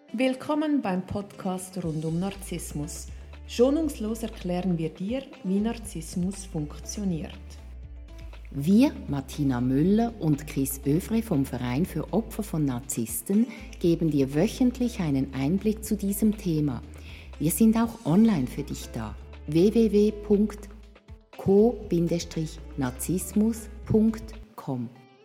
Willkommen beim Podcast rund um Narzissmus. Schonungslos erklären wir dir, wie Narzissmus funktioniert. Wir, Martina Müller und Chris Övre vom Verein für Opfer von Narzissten, geben dir wöchentlich einen Einblick zu diesem Thema. Wir sind auch online für dich da. www.co-narzissmus.com.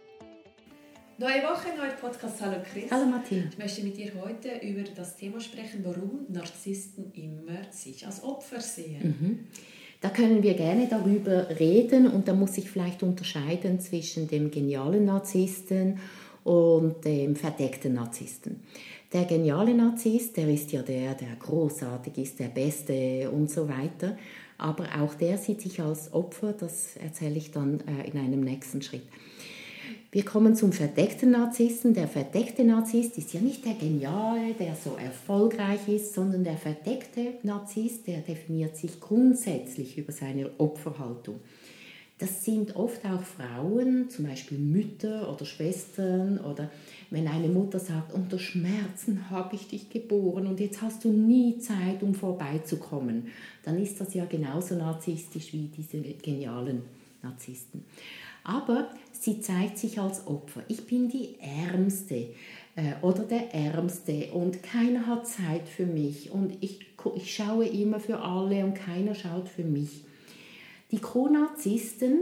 Neue Woche, neuer Podcast. Hallo Chris. Hallo Martina. Ich möchte mit dir heute über das Thema sprechen, warum Narzissten immer sich als Opfer sehen. Da können wir gerne darüber reden und da muss ich vielleicht unterscheiden zwischen dem genialen Narzissten und dem verdeckten Narzissten. Der geniale Narzisst, der ist ja der großartig ist, der Beste und so weiter. Aber auch der sieht sich als Opfer, das erzähle ich dann in einem nächsten Schritt. Wir kommen zum verdeckten Narzissten. Der verdeckte Narzisst ist ja nicht der Geniale, der so erfolgreich ist, sondern der verdeckte Narzisst, der definiert sich grundsätzlich über seine Opferhaltung. Das sind oft auch Frauen, zum Beispiel Mütter oder Schwestern, oder wenn eine Mutter sagt, unter Schmerzen habe ich dich geboren und jetzt hast du nie Zeit, um vorbeizukommen, dann ist das ja genauso narzisstisch wie diese genialen Narzissten. Aber sie zeigt sich als Opfer. Ich bin die Ärmste oder der Ärmste und keiner hat Zeit für mich und ich schaue immer für alle und keiner schaut für mich. Die Co-Narzissten,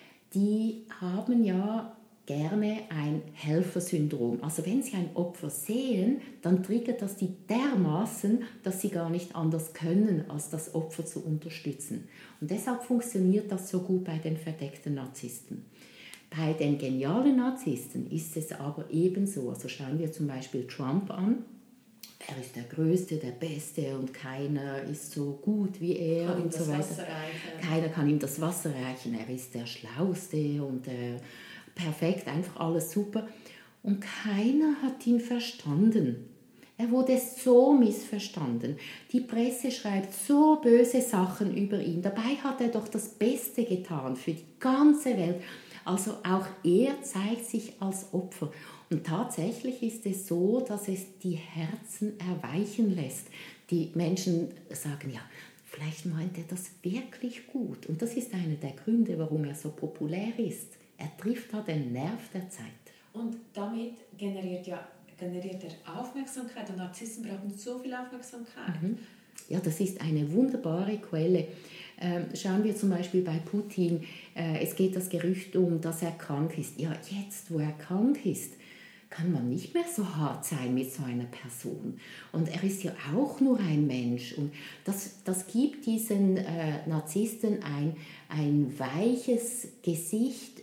die haben ja gerne ein Helfersyndrom. Also wenn sie ein Opfer sehen, dann triggert das die dermaßen, dass sie gar nicht anders können, als das Opfer zu unterstützen. Und deshalb funktioniert das so gut bei den verdeckten Narzissten. Bei den genialen Narzissten ist es aber ebenso. Also schauen wir zum Beispiel Trump an. Er ist der Größte, der Beste und keiner ist so gut wie er und so weiter. Keiner kann ihm das Wasser reichen. Er ist der Schlauste und perfekt, einfach alles super. Und keiner hat ihn verstanden. Er wurde so missverstanden. Die Presse schreibt so böse Sachen über ihn. Dabei hat er doch das Beste getan für die ganze Welt. Also auch er zeigt sich als Opfer. Und tatsächlich ist es so, dass es die Herzen erweichen lässt. Die Menschen sagen, ja, vielleicht meint er das wirklich gut. Und das ist einer der Gründe, warum er so populär ist. Er trifft da den Nerv der Zeit. Und damit generiert er Aufmerksamkeit. Und Narzissten brauchen so viel Aufmerksamkeit. Ja, das ist eine wunderbare Quelle. Schauen wir zum Beispiel bei Putin, es geht das Gerücht um, dass er krank ist. Ja, jetzt, wo er krank ist, kann man nicht mehr so hart sein mit so einer Person. Und er ist ja auch nur ein Mensch. Und das gibt diesen Narzissten ein weiches Gesicht.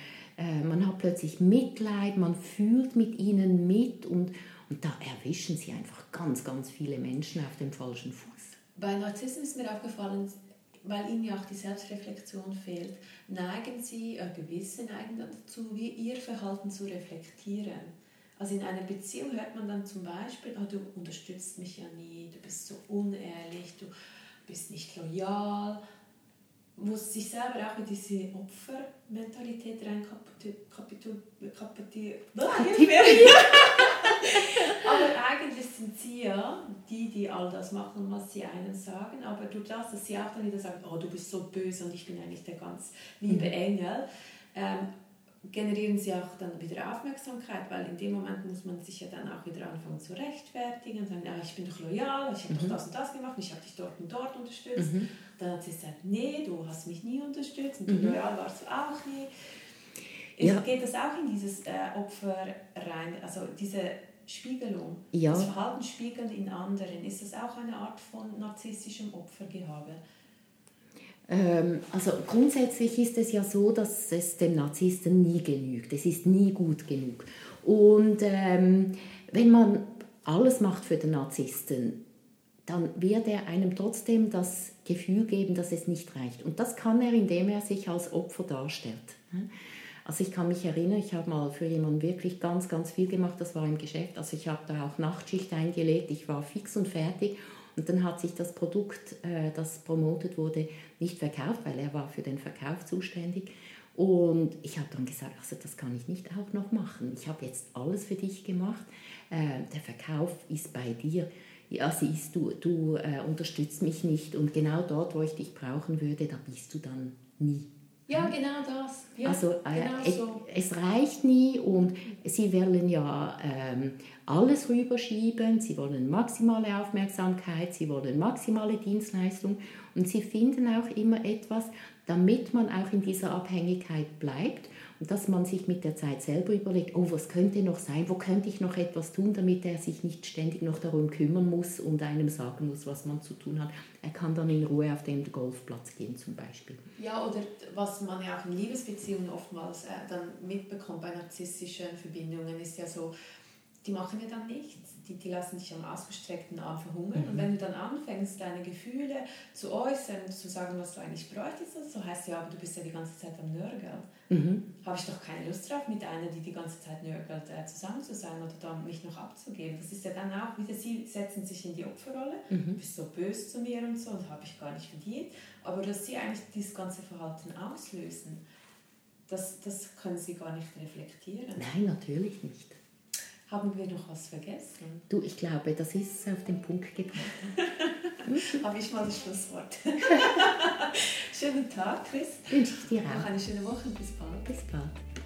Man hat plötzlich Mitleid, man fühlt mit ihnen mit und da erwischen sie einfach ganz, ganz viele Menschen auf dem falschen Fuß. Bei Narzissten ist mir aufgefallen, weil ihnen ja auch die Selbstreflexion fehlt, gewisse neigen dazu, wie ihr Verhalten zu reflektieren. Also in einer Beziehung hört man dann zum Beispiel, du unterstützt mich ja nie, du bist so unehrlich, du bist nicht loyal, muss sich selber auch in diese Opfermentalität Aber eigentlich sind sie ja die all das machen, was sie einem sagen. Aber durch das, dass sie auch dann wieder sagen, du bist so böse und ich bin eigentlich der ganz liebe Engel, generieren sie auch dann wieder Aufmerksamkeit, weil in dem Moment muss man sich ja dann auch wieder anfangen zu rechtfertigen und sagen, ich bin doch loyal, ich habe doch das und das gemacht, ich habe dich dort und dort unterstützt. Dann hat sie gesagt, nee, du hast mich nie unterstützt und loyal warst du auch nie. Ja. Geht das auch in dieses Opfer rein, also diese Spiegelung, ja. Das Verhalten spiegeln in anderen, ist das auch eine Art von narzisstischem Opfergehabe? Also grundsätzlich ist es ja so, dass es dem Narzissten nie genügt. Es ist nie gut genug. Und wenn man alles macht für den Narzissten, dann wird er einem trotzdem das Gefühl geben, dass es nicht reicht. Und das kann er, indem er sich als Opfer darstellt. Also ich kann mich erinnern, ich habe mal für jemanden wirklich ganz, ganz viel gemacht, das war im Geschäft. Also ich habe da auch Nachtschicht eingelegt, ich war fix und fertig. Und dann hat sich das Produkt, das promotet wurde, nicht verkauft, weil er war für den Verkauf zuständig. Und ich habe dann gesagt, also das kann ich nicht auch noch machen. Ich habe jetzt alles für dich gemacht. Der Verkauf ist bei dir. Ja, siehst du, unterstützt mich nicht. Und genau dort, wo ich dich brauchen würde, da bist du dann nie. Ja, genau das. Ja, also genau so. es reicht nie und sie wollen ja alles rüberschieben, sie wollen maximale Aufmerksamkeit, sie wollen maximale Dienstleistung und sie finden auch immer etwas, damit man auch in dieser Abhängigkeit bleibt und dass man sich mit der Zeit selber überlegt, oh, was könnte noch sein, wo könnte ich noch etwas tun, damit er sich nicht ständig noch darum kümmern muss und einem sagen muss, was man zu tun hat. Er kann dann in Ruhe auf den Golfplatz gehen zum Beispiel. Ja, oder was man ja auch in Liebesbeziehungen oftmals dann mitbekommt bei narzisstischen Verbindungen, ist ja so, die machen ja dann nichts. Die lassen dich am ausgestreckten Arm verhungern. Und wenn du dann anfängst, deine Gefühle zu äußern und zu sagen, was du eigentlich bräuchtest, so heißt ja, aber du bist ja die ganze Zeit am Nörgeln. Habe ich doch keine Lust drauf, mit einer, die ganze Zeit nörgelt, zusammen zu sein oder dann mich noch abzugeben. Das ist ja dann auch wieder, sie setzen sich in die Opferrolle, du bist so böse zu mir und so und habe ich gar nicht verdient. Aber dass sie eigentlich dieses ganze Verhalten auslösen, das können sie gar nicht reflektieren. Nein, natürlich nicht. Haben wir noch was vergessen? Du, ich glaube, das ist auf den Punkt gebracht. Habe ich mal das Schlusswort. Schönen Tag, Chris. Wünsche ich dir auch. Noch eine schöne Woche. Bis bald. Bis bald.